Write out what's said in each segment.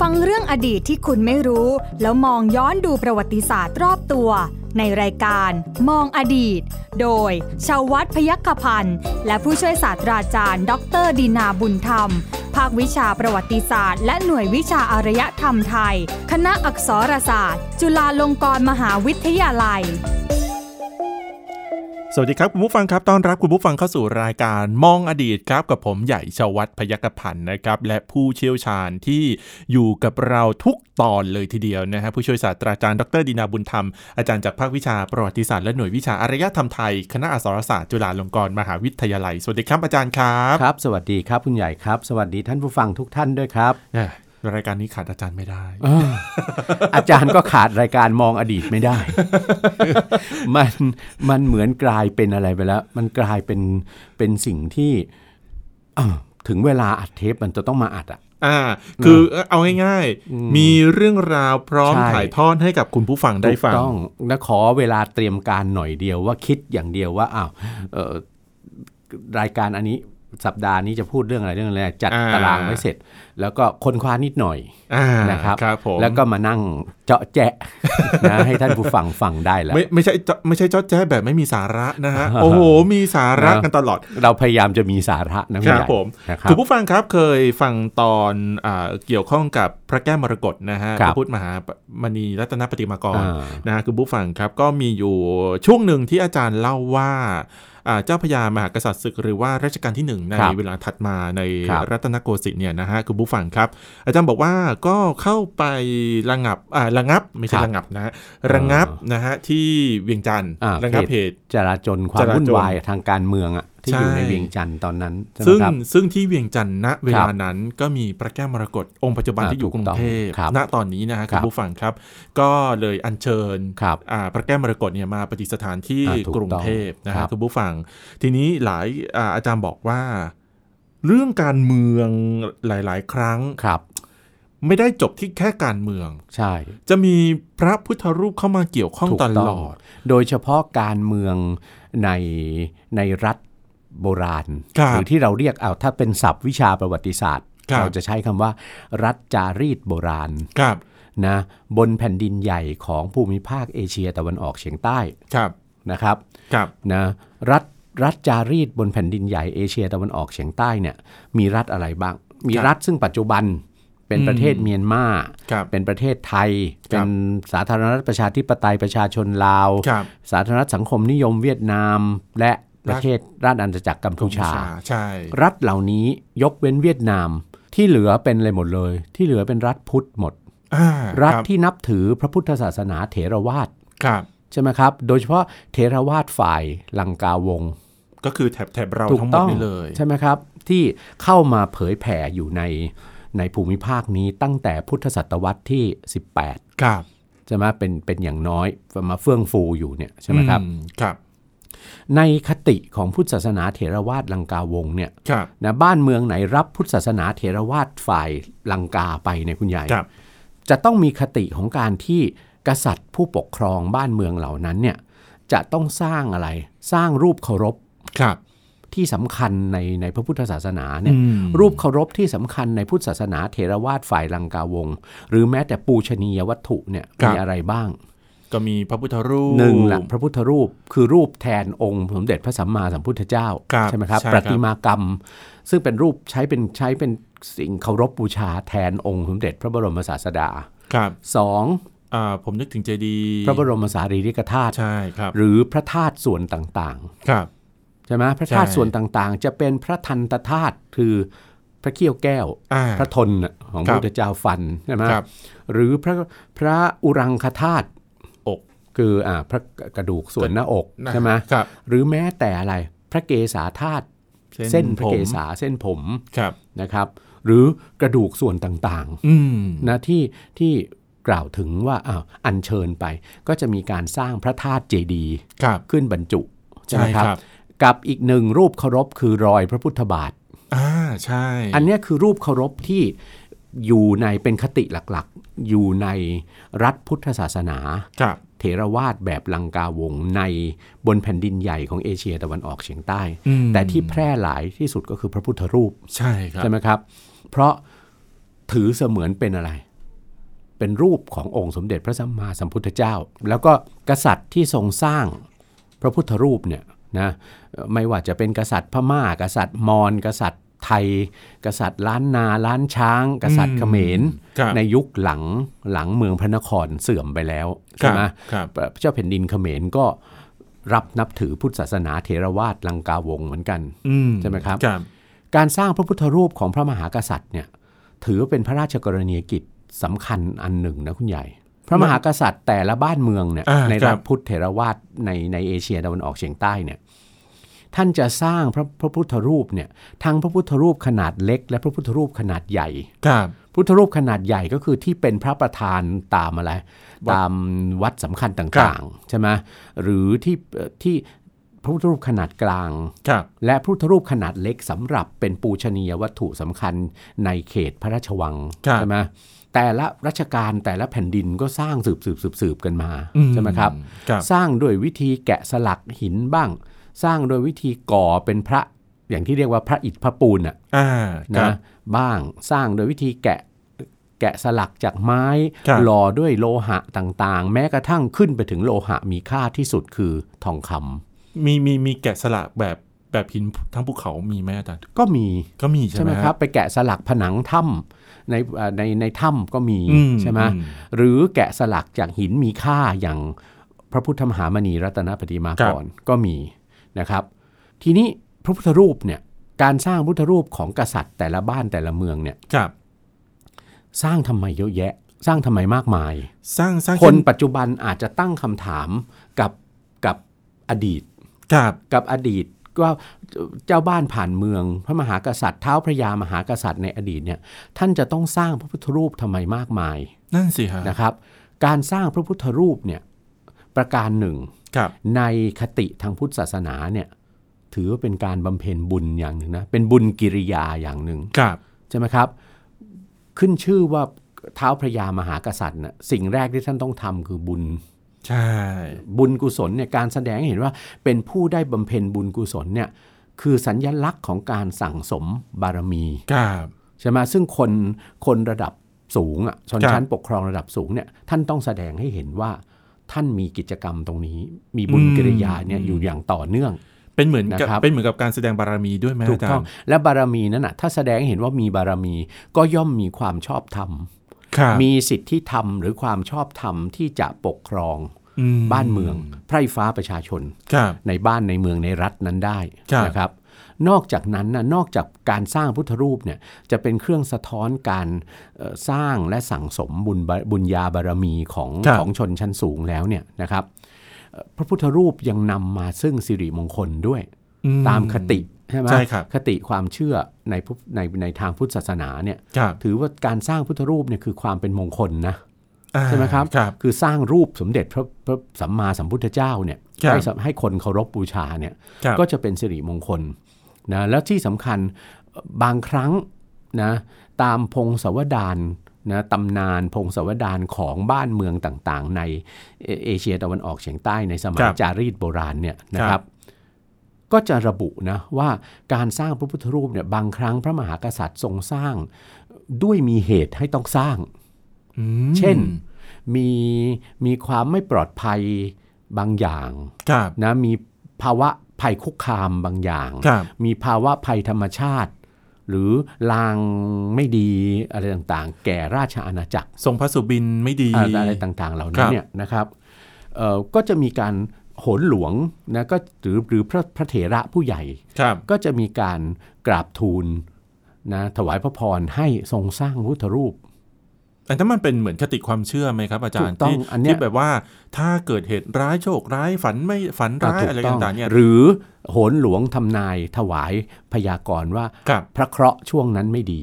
ฟังเรื่องอดีตที่คุณไม่รู้แล้วมองย้อนดูประวัติศาสตร์รอบตัวในรายการมองอดีตโดยชวัฒน์ พยัคฆพันธ์และผู้ช่วยศาสตราจารย์ดร.ดินาบุญธรรมภาควิชาประวัติศาสตร์และหน่วยวิชาอารยธรรมไทยคณะอักษรศาสตร์จุฬาลงกรณ์มหาวิทยาลัยสวัสดีครับคุณผู้ฟังครับต้อนรับคุณผู้ฟังเข้าสู่รายการมองอดีตครับกับผมใหญ่ชวัฒน์ พยัคฆพันธ์นะครับและผู้เชี่ยวชาญที่อยู่กับเราทุกตอนเลยทีเดียวนะฮะผู้ช่วยศาสตราจารย์ดร.ดินาบุญธรรมอาจารย์จากภาควิชาประวัติศาสตร์และหน่วยวิชาอารยธรรมไทยคณะอักษรศาสตร์จุฬาลงกรณ์มหาวิทยาลัยสวัสดีครับอาจารย์ครับครับสวัสดีครับคุณใหญ่ครับสวัสดีท่านผู้ฟังทุกท่านด้วยครับรายการนี้ขาดอาจารย์ไม่ได้อาจารย์ก็ขาดรายการมองอดีตไม่ได้ มันเหมือนกลายเป็นอะไรไปแล้วมันกลายเป็นสิ่งที่ถึงเวลาอัดเทปมันจะต้องมาอัดคือเอาง่ายๆมีเรื่องราวพร้อมถ่ายทอดให้กับคุณผู้ฟังได้ฟังต้องและขอเวลาเตรียมการหน่อยเดียวว่าคิดอย่างเดียวว่ารายการอันนี้สัปดาห์นี้จะพูดเรื่องอะไรจัดตารางไว้เสร็จแล้วก็ค้นคว้านิดหน่อยนะครับแล้วก็มานั่งเจาะแจ๊ะนะให้ท่านผู้ฟังได้แล้วไม่ใช่เจาะแจ๊ะแบบไม่มีสาระนะฮะโอ้โหมีสาระกันตลอดเราพยายามจะมีสาระนะครับผมคุณผู้ฟังครับเคยฟังตอนเกี่ยวข้องกับพระแก้วมรกตนะฮะพระพุทธมหามณีรัตนปฏิมากรนะคุณผู้ฟังครับก็มีอยู่ช่วงหนึ่งที่อาจารย์เล่าว่าเจ้าพระยามหากษัตริย์ศึกหรือว่ารัชกาลที่1ในเวลาถัดมาในรัตนโกสินทร์เนี่ยนะฮะคุณผู้ฟังครับอาจารย์บอกว่าก็เข้าไประงับไม่ใช่ระงับนะระงับนะฮะที่เวียงจันทร์ระงับเหตุจราจรความวุ่นวายทางการเมืองที่อยู่ในเวียงจันทร์ตอนนั้นซึ่งที่เวียงจันทร์ณเวลานั้นก็มีพระแก้วมรกตองค์ปัจจุบันที่อยู่กรุงเทพณตอนนี้นะฮะคุณผู้ฟังครับก็เลยอัญเชิญพระแก้วมรกตเนี่ยมาประดิษฐานที่กรุงเทพนะฮะคุณผู้ฟังทีนี้หลายอาจารย์บอกว่าเรื่องการเมืองหลายๆครั้งไม่ได้จบที่แค่การเมืองใช่จะมีพระพุทธรูปเข้ามาเกี่ยวข้องตลอดโดยเฉพาะการเมืองในรัฐโบราณหรือที่เราเรียกถ้าเป็นศัพท์วิชาประวัติศาสตร์เราจะใช้คำว่ารัฐจารีตโบราณนะบนแผ่นดินใหญ่ของภูมิภาคเอเชียตะวันออกเฉียงใต้นะครับนะรัฐจารีตบนแผ่นดินใหญ่เอเชียตะวันออกเฉียงใต้เนี่ยมีรัฐอะไรบ้างมีรัฐซึ่งปัจจุบันเป็นประเทศเมียนมาเป็นประเทศไทยเป็นสาธารณรัฐประชาธิปไตยประชาชนลาวสาธารณรัฐสังคมนิยมเวียดนามและประเทศราชอาณาจักรกัมพูชารัฐเหล่านี้ยกเว้นเวียดนามที่เหลือเป็นอะไรหมดเลยที่เหลือเป็นรัฐพุทธหมดรัฐที่นับถือพระพุทธศาสนาเถรวาทใช่ไหมครับโดยเฉพาะเถรวาทฝ่ายลังกาวงศ์ก็คือแถบเราทั้งหมดนี่เลยใช่ไหมครับที่เข้ามาเผยแผ่อยู่ในภูมิภาคนี้ตั้งแต่พุทธศตวรรษที่18ใช่ไหมเป็นอย่างน้อยมาเฟื่องฟูอยู่เนี่ยใช่ไหมครับในคติของพุทธศาสนาเถรวาทลังกาวงศ์เนี่ยนะบ้านเมืองไหนรับพุทธศาสนาเถรวาทฝ่ายลังกาไปในคุณใหญ่จะต้องมีคติของการที่กษัตริย์ผู้ปกครองบ้านเมืองเหล่านั้นเนี่ยจะต้องสร้างอะไรสร้างรูปเคารพที่สำคัญในพระพุทธศาสนาเนี่ยรูปเคารพที่สำคัญในพุทธศาสนาเถรวาทฝ่ายลังกาวงศ์หรือแม้แต่ปูชนียวัตถุเนี่ยมีอะไรบ้างก็มีพระพุทธรูปหนึ่งแหละพระพุทธรูปคือรูปแทนองค์สมเด็จพระสัมมาสัมพุทธเจ้าใช่ไหมครับประติมากรรมซึ่งเป็นรูปใช้เป็นสิ่งเคารพบูชาแทนองค์สมเด็จพระบรมศาสดาสองผมนึกถึงเจดีย์พระบรมสารีริกธาตุหรือพระธาตุส่วนต่างๆใช่ไหมพระธาตุส่วนต่างๆจะเป็นพระทันตธาตุคือพระเขี้ยวแก้วพระทนของพระพุทธเจ้าฟันใช่ไหมหรือพระอุรังคธาตุอกคือพระกระดูกส่วนหน้าอกใช่ไหมหรือแม้แต่อะไรพระเกศาธาตุเส้นพระเกศาเส้นผมนะครับหรือกระดูกส่วนต่างๆนะที่กล่าวถึงว่าอัญเชิญไปก็จะมีการสร้างพระธาตุเจดีย์ขึ้นบรรจุใช่ไหมครับกับอีกหนึ่งรูปเคารพคือรอยพระพุทธบาทใช่อันนี้คือรูปเคารพที่อยู่ในเป็นคติหลักๆอยู่ในรัฐพุทธศาสนาเถรวาทแบบลังกาวงศ์ในบนแผ่นดินใหญ่ของเอเชียตะวันออกเฉียงใต้แต่ที่แพร่หลายที่สุดก็คือพระพุทธรูปใช่ครับใช่ไหมครับเพราะถือเสมือนเป็นอะไรเป็นรูปขององค์สมเด็จพระสัมมาสัมพุทธเจ้าแล้วก็กษัตริย์ที่ทรงสร้างพระพุทธรูปเนี่ยนะไม่ว่าจะเป็นกษัตริย์พม่ากษัตริย์มอญกษัตริย์ไทยกษัตริย์ล้านนาล้านช้างกษัตริย์เขมรในยุคหลังเมืองพระนครเสื่อมไปแล้วใช่ไหมเจ้าแผ่นดินเขมรก็รับนับถือพุทธศาสนาเถรวาทลังกาวงศ์เหมือนกันใช่ไหมครับการสร้างพระพุทธรูปของพระมหากษัตริย์เนี่ยถือเป็นพระราชกรณียกิจสำคัญอันหนึ่งนะคุณใหญ่พระมหากษัตริย์แต่ละบ้านเมืองเนี่ยในรัฐพุทธเถรวาทในเอเชียตะวันออกเฉียงใต้เนี่ยท่านจะสร้างพระพุทธรูปเนี่ยทั้งพระพุทธรูปขนาดเล็กและพระพุทธรูปขนาดใหญ่พุทธรูปขนาดใหญ่ก็คือที่เป็นพระประธานตามอะไรตามวัดสำคัญต่างๆใช่ไหมหรือที่พระพุทธรูปขนาดกลางและพระพุทธรูปขนาดเล็กสำหรับเป็นปูชนียวัตถุสำคัญในเขตพระราชวังใช่ไหมแต่ละรัชกาลแต่ละแผ่นดินก็สร้างสืบกันมาใช่ไหมครับสร้างด้วยวิธีแกะสลักหินบ้างสร้างโดยวิธีก่อเป็นพระอย่างที่เรียกว่าพระอิฐพระปูนนะบ้างสร้างโดยวิธีแกะสลักจากไม้หล่อด้วยโลหะต่างๆแม้กระทั่งขึ้นไปถึงโลหะมีค่าที่สุดคือทองคำมีแกะสลักแบบหินทั้งภูเขามีไหมอาจารย์ก็มีใช่ไหมครับไปแกะสลักผนังถ้ำในถ้ำก็มีใช่ไหมหรือแกะสลักจากหินมีค่าอย่างพระพุทธมหามณีรัตนปฏิมากรก็มีนะครับทีนี้พระพุทธรูปเนี่ยการสร้างพุทธรูปของกษัตริย์แต่ละบ้านแต่ละเมืองเนี่ยสร้างทำไมเยอะแยะสร้างทำไมมากมายสร้างคนปัจจุบันอาจจะตั้งคำถามกับอดีตกับอดีตว่าเจ้าบ้านผ่านเมืองพระมหากษัตริย์ท้าวพระยามหากษัตริย์ในอดีตเนี่ยท่านจะต้องสร้างพระพุทธรูปทำไมมากมายนั่นสิฮะนะครับการสร้างพระพุทธรูปเนี่ยประการหนึ่งในคติทางพุทธศาสนาเนี่ยถือว่าเป็นการบำเพ็ญบุญอย่างหนึ่งนะเป็นบุญกิริยาอย่างหนึ่งใช่ไหมครับขึ้นชื่อว่าท้าวพระยามหากษัตริย์นะสิ่งแรกที่ท่านต้องทำคือบุญใช่บุญกุศลเนี่ยการแสดงให้เห็นว่าเป็นผู้ได้บำเพ็ญบุญกุศลเนี่ยคือสัญลักษณ์ของการสั่งสมบารมีใช่ไหมซึ่งคนระดับสูงชนชั้นปกครองระดับสูงเนี่ยท่านต้องแสดงให้เห็นว่าท่านมีกิจกรรมตรงนี้มีบุญกิริยาเนี่ยอยู่อย่างต่อเนื่องเป็นเหมือนกับการแสดงบารมีด้วยไหมถูกต้องและบารมีนั้นถ้าแสดงให้เห็นว่ามีบารมีก็ย่อมมีความชอบธรรมมีสิทธิธรรมหรือความชอบธรรมที่จะปกครองบ้านเมืองไพร่ฟ้าประชาชนในบ้านในเมืองในรัฐนั้นได้นะครับนอกจากนั้นนอกจากการสร้างพุทธรูปเนี่ยจะเป็นเครื่องสะท้อนการสร้างและสั่งสมบุญญาบารมีของชนชั้นสูงแล้วเนี่ยนะครับพระพุทธรูปยังนำมาซึ่งสิริมงคลด้วยตามคติใช่ไหมคติความเชื่อในทางพุทธศาสนาเนี่ยถือว่าการสร้างพุทธรูปเนี่ยคือความเป็นมงคลนะใช่ไหมครับคือสร้างรูปสมเด็จพระสัมมาสัมพุทธเจ้าเนี่ยให้คนเคารพบูชาเนี่ยก็จะเป็นสิริมงคลนะแล้วที่สำคัญบางครั้งนะตามพงศาวดารนะตำนานพงศาวดารของบ้านเมืองต่างๆในเอเชียตะวันออกเฉียงใต้ในสมัยจารีตโบราณเนี่ยนะครับก็จะระบุนะว่าการสร้างพระพุทธรูปเนี่ยบางครั้งพระมหากษัตริย์ทรงสร้างด้วยมีเหตุให้ต้องสร้างเช่นมีความไม่ปลอดภัยบางอย่างนะมีภาวะภัยคุกคามบางอย่างมีภาวะภัยธรรมชาติหรือลางไม่ดีอะไรต่างๆแก่ราชอาณาจักรทรงพระสุบินไม่ดีอะไรต่างๆเหล่านี้เนี่ยนะครับก็จะมีการโหนหลวงนะก็หรือพระเถระผู้ใหญ่ก็จะมีการกราบทูลนะถวายพระพรให้ทรงสร้างพุทธรูปอันนั้นมันเป็นเหมือนคติความเชื่อไหมครับอาจารย์ที่แบบว่าถ้าเกิดเหตุร้ายโชคร้ายฝันร้ายอะไรต่างๆเนี่ยหรือโหนหลวงทำนายถวายพยากรณ์ว่าพระเคราะห์ช่วงนั้นไม่ดี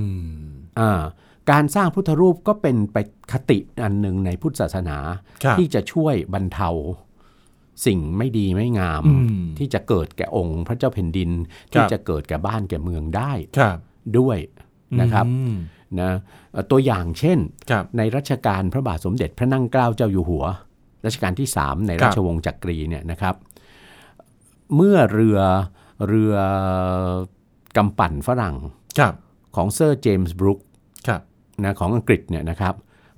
การสร้างพุทธรูปก็เป็นไปคติอันหนึ่งในพุทธศาสนาที่จะช่วยบรรเทาสิ่งไม่ดีไม่งามที่จะเกิดแก่องค์พระเจ้าแผ่นดินที่จะเกิดแก่บ้านแก่เมืองได้ด้วยนะครับนะตัวอย่างเช่นในรัชกาลพระบาทสมเด็จพระนั่งเกล้าเจ้าอยู่หัวรัชกาลที่3ในราชวงศ์จักรีเนี่ยนะครับเมื่อเรือกำปั่นฝรั่งของเซอร์เจมส์บรูคนะของอังกฤษเนี่ยนะครับ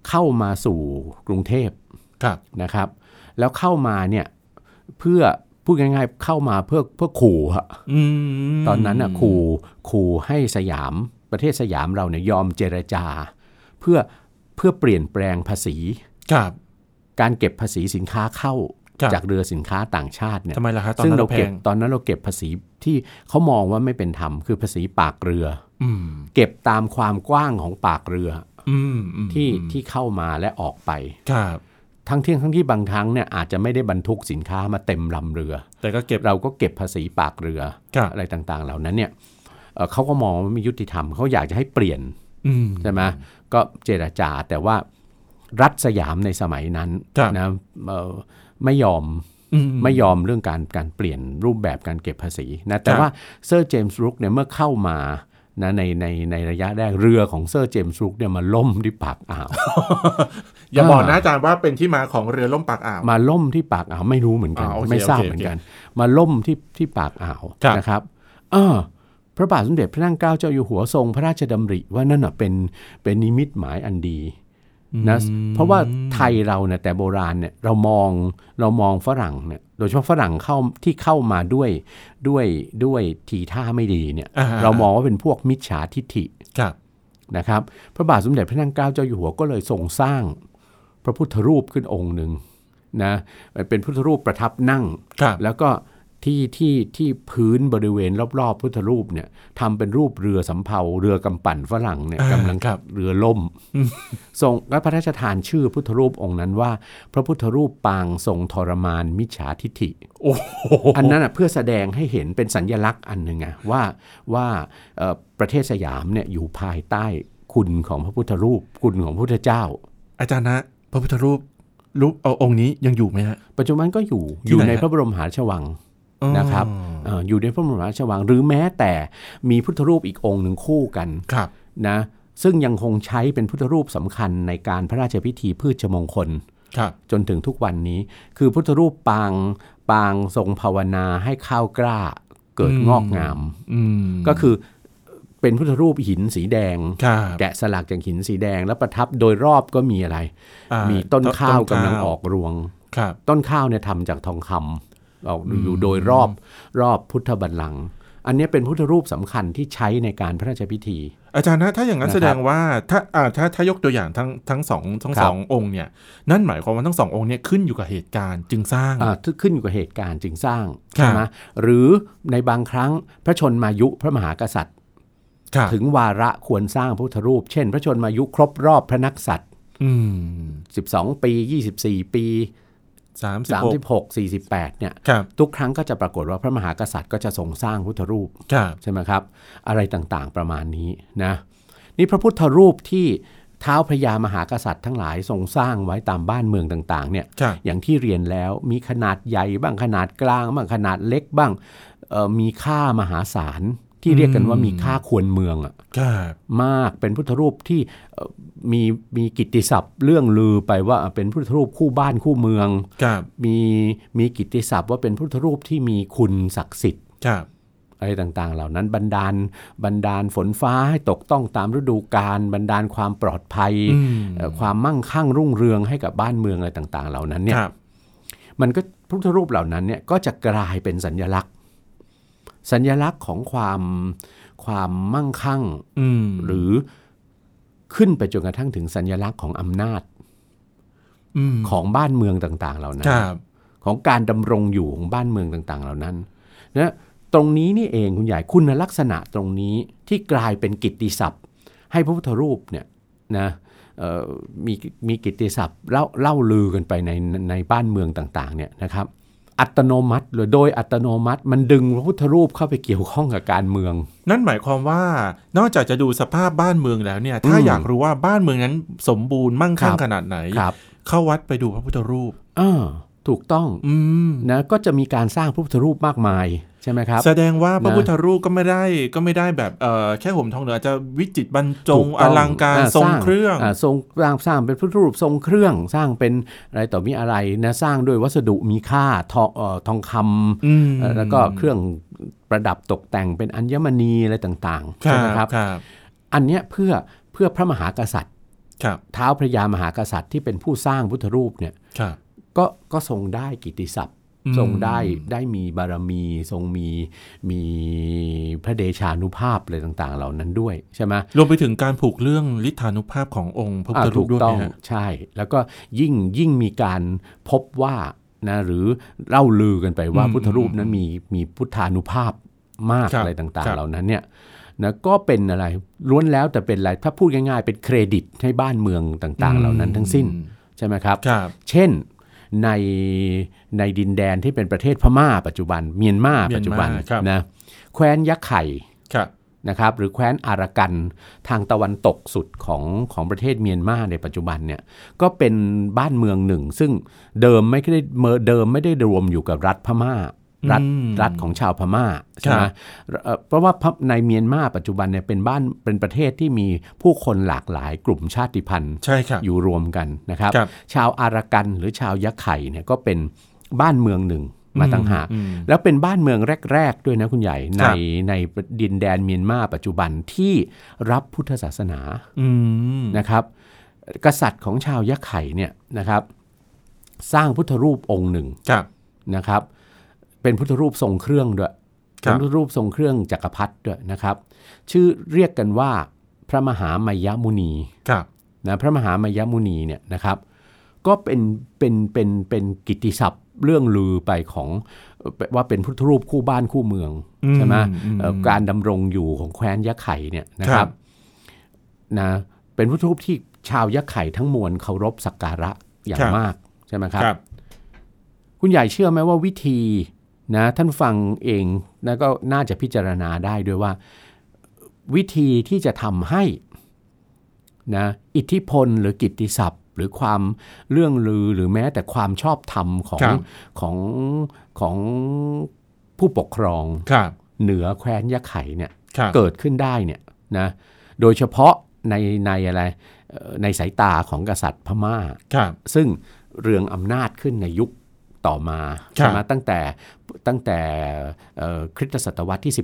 เข้ามาสู่กรุงเทพนะครับแล้วเข้ามาเนี่ยเพื่อพูดง่ายๆเข้ามาเพื่อขู่อะตอนนั้นขู่ให้สยามประเทศสยามเราเนี่ยยอมเจรจาเพื่อเปลี่ยนแปลงภาษีการเก็บภาษีสินค้าเข้าจากเรือสินค้าต่างชาติเนี่ยทำไมล่ะครับซึ่งตอนนั้นเราเก็บภาษีที่เขามองว่าไม่เป็นธรรมคือภาษีปากเรือเก็บตามความกว้างของปากเรือที่เข้ามาและออกไปทั้งที่บางครั้งเนี่ยอาจจะไม่ได้บรรทุกสินค้ามาเต็มลำเรือแต่ก็เราก็เก็บภาษีปากเรืออะไรต่างๆเหล่านั้นเนี่ยเขาก็มองว่าไม่ยุติธรรมเขาอยากจะให้เปลี่ยนใช่ไหมก็เจรจาแต่ว่ารัฐสยามในสมัยนั้นนะไม่ยอมเรื่องการเปลี่ยนรูปแบบการเก็บภาษีนะแต่ว่าเซอร์เจมส์รุกเนี่ยเมื่อเข้ามานะในระยะแรกเรือของเซอร์เจมส์รุกเนี่ยมาล่มที่ปากอ่าวอย่าบอกนะอาจารย์ว่าเป็นที่มาของเรือล่มปากอ่าวมาล่มที่ปากอ่าวไม่รู้เหมือนกันไม่ทราบเหมือนกันมาล่มที่ปากอ่าวนะครับพระบาทสมเด็จพระนั่งเกล้าเจ้าอยู่หัวทรงพระราชดำริว่านั่นเป็นนิมิตหมายอันดีนะเพราะว่าไทยเราเนี่ยแต่โบราณเนี่ยเรามองฝรั่งเนี่ยโดยเฉพาะฝรั่งที่เข้ามาด้วยทีท่าไม่ดีเนี่ยเรามองว่าเป็นพวกมิจฉาทิฐินะครับพระบาทสมเด็จพระนั่งเกล้าเจ้าอยู่หัวก็เลยทรงสร้างพระพุทธรูปขึ้นองค์หนึ่งนะเป็นพุทธรูปประทับนั่งแล้วก็ที่พื้นบริเวณรอบๆพุทธรูปเนี่ยทำเป็นรูปเรือสำเภาเรือกำปั่นฝรั่งเนี่ยกำลังเรือล่มทรงและพระราชทานชื่อพุทธรูปองค์นั้นว่าพระพุทธรูปปางทรงทรมานมิจฉาทิฐิอันนั้นเพื่อแสดงให้เห็นเป็นสัญลักษณ์อันหนึ่งว่าประเทศสยามเนี่ยอยู่ภายใต้คุณของพระพุทธรูปคุณของพระพุทธเจ้าอาจารย์นะพระพุทธรูปองค์นี้ยังอยู่ไหมฮะปัจจุบันก็อยู่ในพระบรมมหาราชวังนะครับอยู่ในพระบรมมหาราชวังหรือแม้แต่มีพุทธรูปอีกองค์หนึ่งคู่กันนะซึ่งยังคงใช้เป็นพุทธรูปสำคัญในการพระราชพิธีพืชมงคลจนถึงทุกวันนี้คือพุทธรูปปางทรงภาวนาให้ข้าวกล้าเกิดงอกงามก็คือเป็นพุทธรูปหินสีแดงแกะสลักจากหินสีแดงแล้วประทับโดยรอบก็มีอะไรมีต้นข้าวกำลังออกรวงต้นข้าวเนี่ยทำจากทองคำอยู่โดยรอบพุทธบัลลังก์อันนี้เป็นพุทธรูปสำคัญที่ใช้ในการพระราชพิธีอาจารย์นะถ้าอย่างนั้นแสดงว่าถ้ายกตัวอย่างทั้งสององค์เนี่ยนั่นหมายความว่าทั้งสององค์เนี่ยขึ้นอยู่กับเหตุการณ์จึงสร้างขึ้นอยู่กับเหตุการณ์จึงสร้างใช่ไหมหรือในบางครั้งพระชนมายุพระมหากษัตริย์ถึงวาระควรสร้างพุทธรูปเช่นพระชนมายุครบรอบพระนักษัตริย์12 ปี24 ปี36 48เนี่ยทุกครั้งก็จะปรากฏว่าพระมหากษัตริย์ก็จะทรงสร้างพุทธรูปใช่ไหมครับอะไรต่างๆประมาณนี้นะนี่พระพุทธรูปที่ท้าวพระยามหากษัตริย์ทั้งหลายทรงสร้างไว้ตามบ้านเมืองต่างๆเนี่ยอย่างที่เรียนแล้วมีขนาดใหญ่บ้างขนาดกลางบ้างขนาดเล็กบ้างมีค่ามหาศาลที่เรียกกันว่ามีค่าควรเมืองมากเป็นพุทธรูปที่มีกิตติศัพท์เรื่องลือไปว่าเป็นพุทธรูปคู่บ้านคู่เมืองมีกิตติศัพท์ว่าเป็นพุทธรูปที่มีคุณศักดิ์สิทธิ์อะไรต่างๆเหล่านั้นบันดาลฝนฟ้าให้ตกต้องตามฤดูกาลบันดาลความปลอดภัยความมั่งคั่งรุ่งเรืองให้กับบ้านเมืองอะไรต่างๆเหล่านั้นเนี่ยมันก็พุทธรูปเหล่านั้นเนี่ยก็จะกลายเป็นสัญลักษณ์ของความมั่งคั่งหรือขึ้นไปจนกระทั่งถึงสัญลักษณ์ของอำนาจของบ้านเมืองต่างๆเหล่านั้นของการดำรงอยู่ของบ้านเมืองต่างๆเหล่านั้นนะตรงนี้นี่เองคุณใหญ่คุณลักษณะตรงนี้ที่กลายเป็นกิตติศัพท์ให้พระพุทธรูปเนี่ยนะมีกิตติศัพท์เล่าลือกันไปในบ้านเมืองต่างๆเนี่ยนะครับอัตโนมัติหรือโดยอัตโนมัติมันดึงพระพุทธรูปเข้าไปเกี่ยวข้องกับการเมืองนั่นหมายความว่านอกจากจะดูสภาพบ้านเมืองแล้วเนี่ยถ้าอยากรู้ว่าบ้านเมืองนั้นสมบูรณ์มั่งคั่งขนาดไหนเข้าวัดไปดูพระพุทธรูปถูกต้องนะก็จะมีการสร้างพระพุทธรูปมากมายใช่ไหมครับแสดงว่าพระพุทธรูปก็ไม่ได้แบบแค่ห่มทองเหลืองจะวิจิตรบรรจงอลังการทรงเครื่องทรงสร้างเป็นพระพุทธรูปทรงเครื่องสร้างเป็นอะไรต่อมีอะไรนะสร้างด้วยวัสดุมีค่าทองคำแล้วก็เครื่องประดับตกแต่งเป็นอัญมณีอะไรต่างๆใช่ไหมครับอันเนี้ยเพื่อพระมหากษัตริย์ท้าวพระยามหากษัตริย์ที่เป็นผู้สร้างพุทธรูปเนี่ยก็ทรงได้กิตติศัพท์ทรงได้มีบารมีทรงมีพระเดชานุภาพอะไรต่างๆเหล่านั้นด้วยใช่ไหมรวมไปถึงการผูกเรื่องฤทธานุภาพขององค์พระพุทธรูปด้วยนะใช่แล้วก็ยิ่งมีการพบว่านะหรือเล่าลือกันไปว่าพุทธรูปนั้นมีพุทธานุภาพมากอะไรต่างๆเหล่านั้นเนี่ยนะก็เป็นอะไรล้วนแล้วแต่เป็นอะไรถ้าพูดง่ายๆเป็นเครดิตให้บ้านเมืองต่างๆเหล่านั้นทั้งสิ้นใช่ไหมครับเช่นในดินแดนที่เป็นประเทศพม่าปัจจุบันเมียนมาปัจจุบันนะแคว้นยะไข่นะครับหรือแคว้นอารากันทางตะวันตกสุดของประเทศเมียนมาในปัจจุบันเนี่ยก็เป็นบ้านเมืองหนึ่งซึ่งเดิมไม่ได้รวมอยู่กับรัฐพม่ารัฐของชาวพม่าใช่ไหมเพราะว่าในเมียนมาปัจจุบันเนี่ยเป็นประเทศที่มีผู้คนหลากหลายกลุ่มชาติพันธุ์อยู่รวมกันนะครับชาวอารากันหรือชาวยะไข่เนี่ยก็เป็นบ้านเมืองหนึ่งมาต่างหากแล้วเป็นบ้านเมืองแรกๆด้วยนะคุณใหญ่ในดินแดนเมียนมาปัจจุบันที่รับพุทธศาสนานะครับกษัตริย์ของชาวยะไข่เนี่ยนะครับสร้างพุทธรูปองค์หนึ่งนะครับเป็นพุทธรูปทรงเครื่องด้วยเป็นพุทธรูปทรงเครื่องจักรพรรดิด้วยนะครับชื่อเรียกกันว่าพระมหามายมุนีนะพระมหามายมุนีเนี่ยนะครับก็เป็นกิตติศัพท์เรื่องลือไปของว่าเป็นพุทธรูปคู่บ้านคู่เมืองใช่ไหมการดำรงอยู่ของแคว้นยะไข่เนี่ยนะครับนะเป็นพุทธรูปที่ชาวยะไข่ทั้งมวลเคารพสักการะอย่างมากใช่ไหมครับคุณใหญ่เชื่อไหมว่าวิธีนะท่านฟังเองนะก็น่าจะพิจารณาได้ด้วยว่าวิธีที่จะทำให้นะอิทธิพลหรือกิตติศัพท์หรือความเรื่องลือหรือแม้แต่ความชอบธรรมของผู้ปกครองเหนือแคว้นยะไข่เนี่ยเกิดขึ้นได้เนี่ยนะโดยเฉพาะในสายตาของกษัตริย์พม่าซึ่งเรืองอำนาจขึ้นในยุคต่อมาใช่ไหมตั้งแต่คริสตศตวรรษที่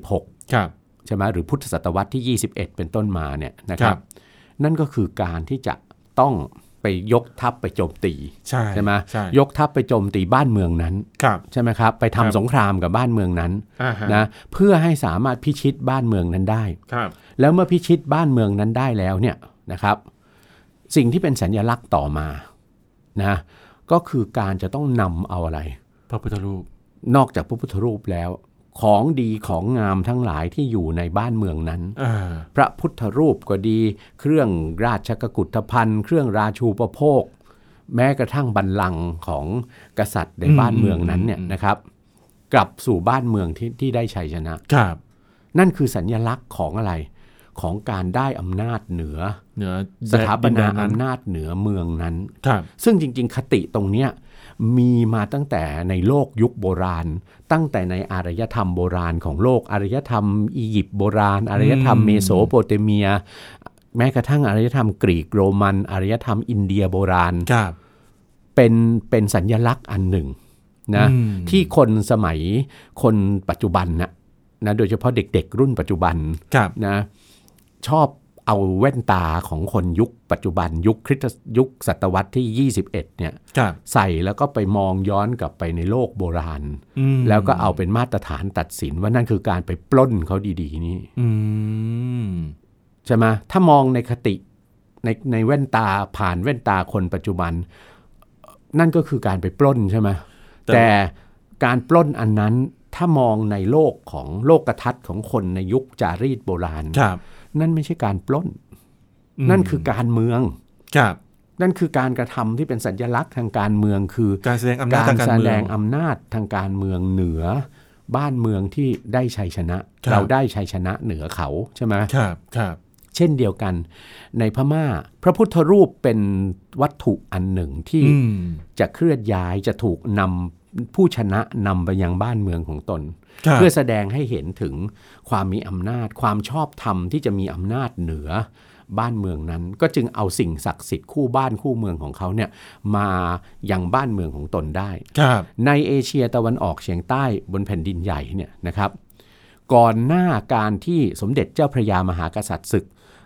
16ใช่ไหมหรือพุทธศตวรรษที่21เป็นต้นมาเนี่ยนะครับนั่นก็คือการที่จะต้องไปยกทัพไปโจมตีใช่ไหมยกทัพไปโจมตีบ้านเมืองนั้นใช่ไหมครับไปทำสงครามกับบ้านเมืองนั้นนะเพื่อให้สามารถพิชิตบ้านเมืองนั้นได้แล้วเมื่อพิชิตบ้านเมืองนั้นได้แล้วเนี่ยนะครับสิ่งที่เป็นสัญลักษณ์ต่อมานะก็คือการจะต้องนำเอาอะไรพระพุทธรูปนอกจากพระพุทธรูปแล้วของดีของงามทั้งหลายที่อยู่ในบ้านเมืองนั้นพระพุทธรูปก็ดีเครื่องราชกุฏภัณฑ์เครื่องราชูปโภคแม้กระทั่งบัลลังก์ของกษัตริย์ในบ้านเมืองนั้นเนี่ยนะครับกลับสู่บ้านเมืองที่ได้ชัยชนะนั่นคือสัญลักษณ์ของอะไรของการได้อำนาจเหนือสถาปนาอำนาจเหนือเมืองนั้นซึ่งจริงๆคติตรงเนี้ยมีมาตั้งแต่ในโลกยุคโบราณตั้งแต่ในอารยธรรมโบราณของโลกอารยธรรมอียิปต์โบราณอารยธรรมเมโสโปเตเมียแม้กระทั่งอารยธรรมกรีกโรมันอารยธรรมอินเดียโบราณเป็นสัญลักษณ์อันหนึ่งนะที่คนสมัยคนปัจจุบันนะโดยเฉพาะเด็กๆรุ่นปัจจุบันนะชอบเอาแว่นตาของคนยุคปัจจุบันยุคศตวรรษที่21เนี่ยใส่แล้วก็ไปมองย้อนกลับไปในโลกโบราณแล้วก็เอาเป็นมาตรฐานตัดสินว่านั่นคือการไปปล้นเขาดีๆนี่ใช่ไหมถ้ามองในคติในแว่นตาผ่านแว่นตาคนปัจจุบันนั่นก็คือการไปปล้นใช่ไหมแต่การปล้นอันนั้นถ้ามองในโลกของโลกทัศน์ของคนในยุคจารีตโบราณนั่นไม่ใช่การปล้นนั่นคือการเมืองนั่นคือการกระทำที่เป็นสัญลักษณ์ทางการเมืองคือการแสดงอำนาจทางการเมืองเหนือบ้านเมืองที่ได้ชัยชนะเราได้ชัยชนะเหนือเขาใช่ไหมเช่นเดียวกันในพม่าพระพุทธรูปเป็นวัตถุอันหนึ่งที่จะเคลื่อนย้ายจะถูกนำผู้ชนะนำไปยังบ้านเมืองของตนเพื่อแสดงให้เห็นถึงความมีอำนาจความชอบธรรมที่จะมีอำนาจเหนือบ้านเมืองนั้นก็จึงเอาสิ่งศักดิ์สิทธิ์คู่บ้านคู่เมืองของเขาเนี่ยมายังบ้านเมืองของตนได้ในเอเชียตะวันออกเฉียงใต้บนแผ่นดินใหญ่เนี่ยนะครับก่อนหน้าการที่สมเด็จเจ้าพระยามหากษัตริย์ศึก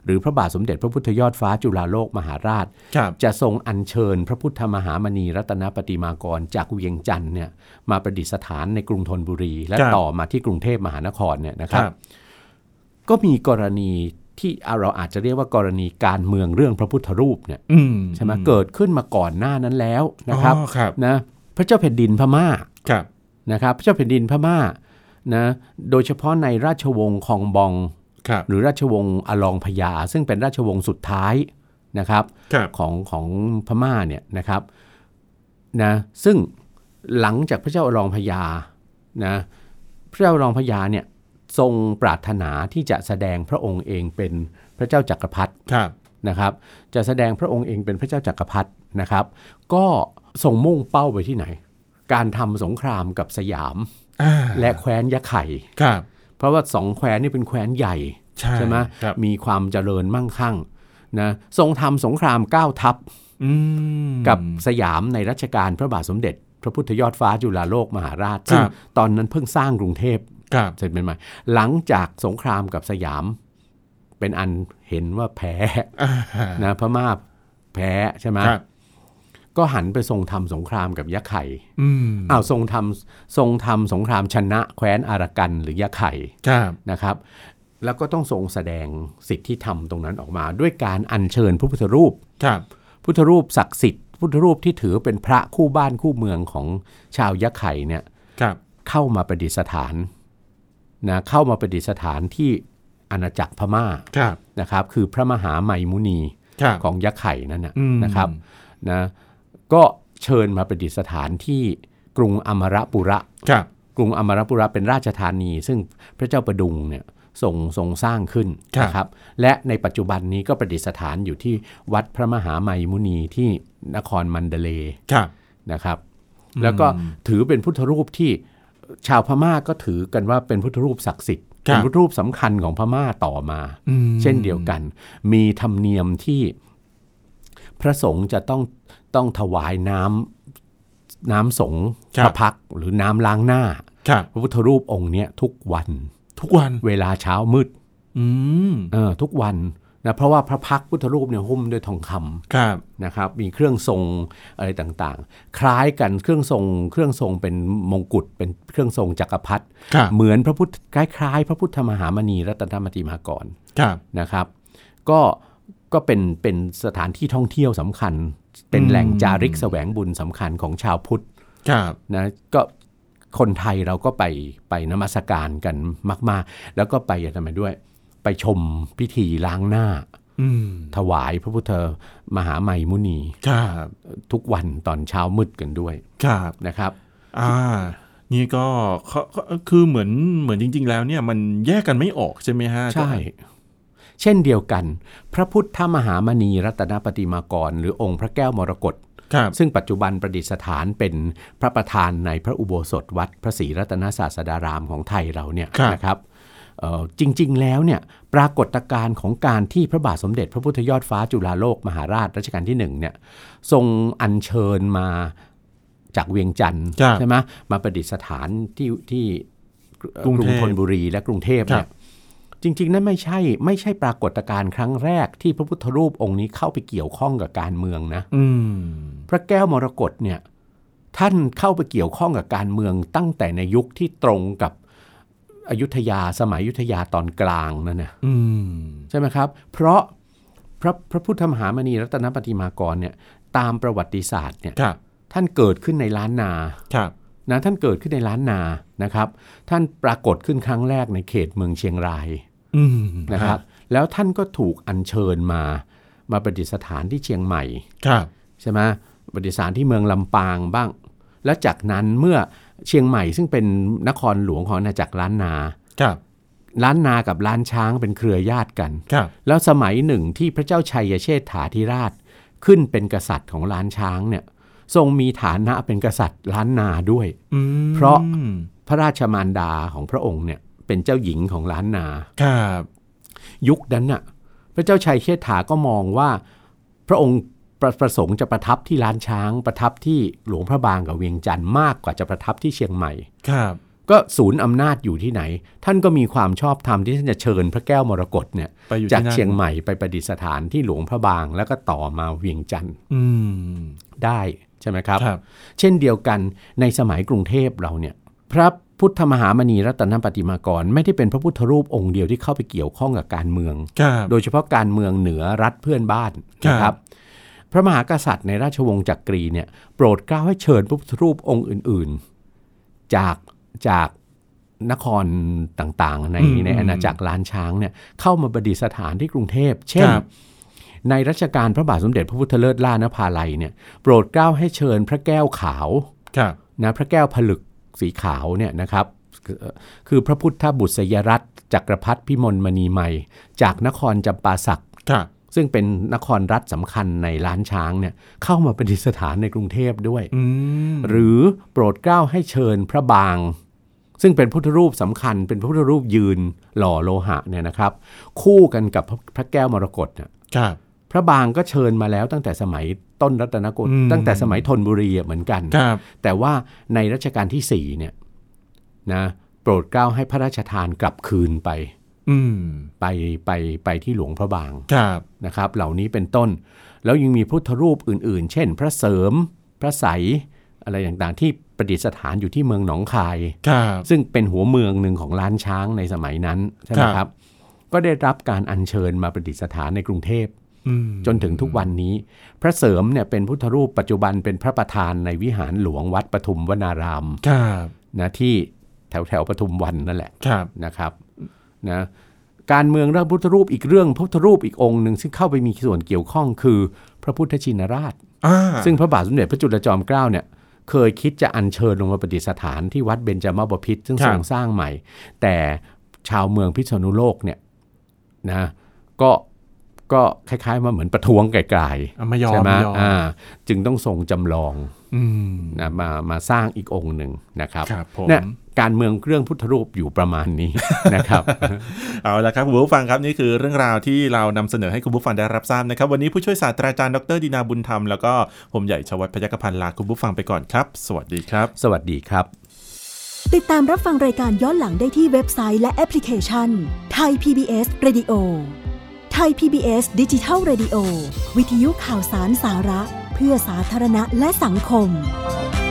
หรือพระบาทสมเด็จพระพุทธยอดฟ้าจุฬาโลกมหาราชจะทรงอัญเชิญพระพุทธมหามณีรัตนปฏิมากรจากเวียงจันทร์เนี่ยมาประดิษฐานในกรุงธนบุรีและต่อมาที่กรุงเทพมหานครเนี่ยนะครับก็มีกรณีที่เราอาจจะเรียกว่ากรณีการเมืองเรื่องพระพุทธรูปเนี่ยใช่ไหมเกิดขึ้นมาก่อนหน้านั้นแล้วนะครับนะพระเจ้าแผ่นดินพม่านะครับพระเจ้าแผ่นดินพม่านะโดยเฉพาะในราชวงศ์คองบองหรือราชวงศ์อลองพญาซึ่งเป็นราชวงศ์สุดท้ายนะครับของพม่าเนี่ยนะครับนะซึ่งหลังจากพระเจ้าอลองพญานะพระเจ้าอลองพญาเนี่ยทรงปรารถนาที่จะแสดงพระองค์เองเป็นพระเจ้าจักรพรรดินะครับจะแสดงพระองค์เองเป็นพระเจ้าจักรพรรดินะครับก็ทรงมุ่งเป้าไปที่ไหนการทำสงครามกับสยามและแคว้นยะไข่เพราะว่าสองแคว้นนี่เป็นแคว้นใหญ่ใช่ไหมมีความเจริญมั่งคั่งนะทรงทำสงคราม9 ทัพกับสยามในรัชกาลพระบาทสมเด็จพระพุทธยอดฟ้าจุฬาโลกมหาราชซึ่งตอนนั้นเพิ่งสร้างกรุงเทพเสร็จเป็นใหม่หลังจากสงครามกับสยามเป็นอันเห็นว่าแพ้นะพม่าแพ้ใช่ไหมก็หันไปทรงทำสงครามกับยะไข่ทรงทำสงครามชนะแคว้นอารักันหรือยะไข่นะครับแล้วก็ต้องทรงแสดงสิทธิธรรมตรงนั้นออกมาด้วยการอัญเชิญพระพุทธรูปพุทธรูปศักดิ์สิทธิ์พุทธรูปที่ถือเป็นพระคู่บ้านคู่เมืองของชาวยะไข่เนี่ยเข้ามาประดิษฐานนะเข้ามาประดิษฐานที่อาณาจักรพม่านะครับคือพระมหาไมมุนีของยะไข่นั่นนะครับนะก็เชิญมาประดิษฐานที่กรุงอมรปุระกรุงอมรปุระเป็นราชธานีซึ่งพระเจ้าประดุงเนี่ยทรงสร้างขึ้นนะครับและในปัจจุบันนี้ก็ประดิษฐานอยู่ที่วัดพระมหาไมมุนีที่นครมันเดเลย์นะครับแล้วก็ถือเป็นพุทธรูปที่ชาวพม่าก็ถือกันว่าเป็นพุทธรูปศักดิ์สิทธิ์เป็นพุทธรูปสำคัญของพม่าต่อมาเช่นเดียวกันมีธรรมเนียมที่พระสงฆ์จะต้องถวายน้ำสงฆ์พระพักหรือน้ำล้างหน้าพระพุทธรูปองค์นี้ทุกวันเวลาเช้ามืดทุกวันนะเพราะว่าพระพักพุทธรูปเนี่ยหุ้มด้วยทองคำนะครับมีเครื่องทรงอะไรต่างๆคล้ายกันเครื่องทรงเป็นมงกุฎเป็นเครื่องทรงจักรพรรดิเหมือนพระพุทธคล้ายๆพระพุทธมหามณีรัตนปฏิมากรนะครับก็เป็นสถานที่ท่องเที่ยวสำคัญเป็นแหล่งจาริกแสวงบุญสำคัญของชาวพุทธนะก็คนไทยเราก็ไปนมัสการกันมากๆแล้วก็ไปทำไมด้วยไปชมพิธีล้างหน้าถวายพระพุทธมหาไมมุนีทุกวันตอนเช้ามืดกันด้วยนะครับนี่ก็คือเหมือนจริงๆแล้วเนี่ยมันแยกกันไม่ออกใช่ไหมฮะใช่เช่นเดียวกันพระพุทธมหามณีรัตนปฏิมากรหรือองค์พระแก้วมรกตซึ่งปัจจุบันประดิษฐานเป็นพระประธานในพระอุโบสถวัดพระศรีรัตนศาสดารามของไทยเราเนี่ยนะครับจริงๆแล้วเนี่ยปรากฏการณ์ของการที่พระบาทสมเด็จพระพุทธยอดฟ้าจุฬาโลกมหาราชรัชกาลที่1เนี่ยทรงอัญเชิญมาจากเวียงจันทร์ใช่ไหมมาประดิษฐานที่กรุงธนบุรีและกรุงเทพเนี่ยจริงๆนั้นไม่ใช่ปรากฏการณ์ครั้งแรกที่พระพุทธรูปองค์นี้เข้าไปเกี่ยวข้องกับการเมืองนะพระแก้วมรกตเนี่ยท่านเข้าไปเกี่ยวข้องกับการเมืองตั้งแต่ในยุคที่ตรงกับอยุธยาสมัยอยุธยาตอนกลางนั่นนะใช่ไหมครับเพราะพระพุทธมหามณีรัตนปฏิมากรเนี่ยตามประวัติศาสตร์เนี่ยท่านเกิดขึ้นในล้านนานะท่านเกิดขึ้นในล้านนานะครับท่านปรากฏขึ้นครั้งแรกในเขตเมืองเชียงรายนะครับแล้วท่านก็ถูกอัญเชิญมาประดิษฐานที่เชียงใหม่ใช่ไหมประดิษฐานที่เมืองลำปางบ้างแล้วจากนั้นเมื่อเชียงใหม่ซึ่งเป็นนครหลวงของอาณาจักรล้านนาล้านนากับล้านช้างเป็นเครือญาติกันแล้วสมัยหนึ่งที่พระเจ้าชัยเชษฐาธิราชขึ้นเป็นกษัตริย์ของล้านช้างเนี่ยทรงมีฐานะเป็นกษัตริย์ล้านนาด้วยเพราะพระราชมารดาของพระองค์เนี่ยเป็นเจ้าหญิงของล้านนายุคนั้นน่ะพระเจ้าชัยเชษฐาก็มองว่าพระองค์ประสงค์จะประทับที่ล้านช้างประทับที่หลวงพระบางกับเวียงจันทร์มากกว่าจะประทับที่เชียงใหม่ก็ศูนย์อำนาจอยู่ที่ไหนท่านก็มีความชอบธรรมที่ท่านจะเชิญพระแก้วมรกตเนี่ยจากเชียงใหม่ไปประดิษฐานที่หลวงพระบางแล้วก็ต่อมาเวียงจันทร์ได้ใช่ไหมครับเช่นเดียวกันในสมัยกรุงเทพเราเนี่ยพระพุทธมหามณีรัตนปฏิมากรไม่ได้เป็นพระพุทธรูปองค์เดียวที่เข้าไปเกี่ยวข้องกับการเมืองโดยเฉพาะการเมืองเหนือรัฐเพื่อนบ้านนะครับพระมหากษัตริย์ในราชวงศ์จักรีเนี่ยโปรดเกล้าให้เชิญพระพุทธรูปองค์อื่นๆจากนครต่างๆในอาณาจักรล้านช้างเนี่ยเข้ามาประดิษฐานที่กรุงเทพเช่นในรัชกาลพระบาทสมเด็จพระพุทธเลิศล่านภาลัยเนี่ยโปรดเกล้าให้เชิญพระแก้วขาวนะพระแก้วผลึกสีขาวเนี่ยนะครับคือพระพุทธบุษยรัตน์จักรพรรดิพิมลมณีใหม่จากนครจำปาสักซึ่งเป็นนครรัฐสำคัญในล้านช้างเนี่ยเข้ามาประดิษฐานในกรุงเทพด้วยหรือโปรดเกล้าให้เชิญพระบางซึ่งเป็นพุทธรูปสำคัญเป็นพุทธรูปยืนหล่อโลหะเนี่ยนะครับคู่กันกับพระแก้วมรกตเนี่ยพระบางก็เชิญมาแล้วตั้งแต่สมัยต้นรัตนโกสินทร์ตั้งแต่สมัยธนบุรีเหมือนกันแต่ว่าในรัชกาลที่4เนี่ยนะโปรดเกล้าให้พระราชทานกลับคืนไปที่หลวงพระบางนะครับเหล่านี้เป็นต้นแล้วยังมีพุทธรูปอื่นๆเช่นพระเสริมพระไสยอะไรต่างๆที่ประดิษฐานอยู่ที่เมืองหนองคายซึ่งเป็นหัวเมืองหนึ่งของล้านช้างในสมัยนั้นใช่ไหมครับก็ได้รับการอัญเชิญมาประดิษฐานในกรุงเทพจนถึงทุกวันนี้พระเสริมเนี่ยเป็นพุทธรูปปัจจุบันเป็นพระประธานในวิหารหลวงวัดปทุมวนารามนะที่แถวปทุมวันนั่นแหละนะครับนะการเมืองเรื่องพุทธรูปอีกเรื่องพุทธรูปอีกองค์หนึ่งซึ่งเข้าไปมีส่วนเกี่ยวข้องคือพระพุทธชินราชซึ่งพระบาทสมเด็จพระจุลจอมเกล้าเนี่ยเคยคิดจะอัญเชิญลงมาประดิษฐานที่วัดเบญจมบพิตรซึ่งทรงสร้างใหม่แต่ชาวเมืองพิษณุโลกเนี่ยนะก็คล้ายๆมาเหมือนประท้วงไกลๆใช่ไหมจึงต้องทรงจำลองนะมาสร้างอีกองค์หนึ่งนะครับเนี่ยการเมืองเรื่องพุทธรูปอยู่ประมาณนี้ นะครับเอาละครับคุณผู้ฟังครับนี่คือเรื่องราวที่เรานำเสนอให้คุณผู้ฟังได้รับทราบนะครับวันนี้ผู้ช่วยศาสตราจารย์ดร.ดินาบุญธรรมแล้วก็ผมใหญ่ชวัฒน์พยัคฆพันธ์ลาคุณผู้ฟังไปก่อนครับสวัสดีครับสวัสดีครับติดตามรับฟังรายการย้อนหลังได้ที่เว็บไซต์และแอปพลิเคชัน Thai PBS Radio Thai PBS Digital Radio วิทยุข่าวสารสาระเพื่อสาธารณะและสังคม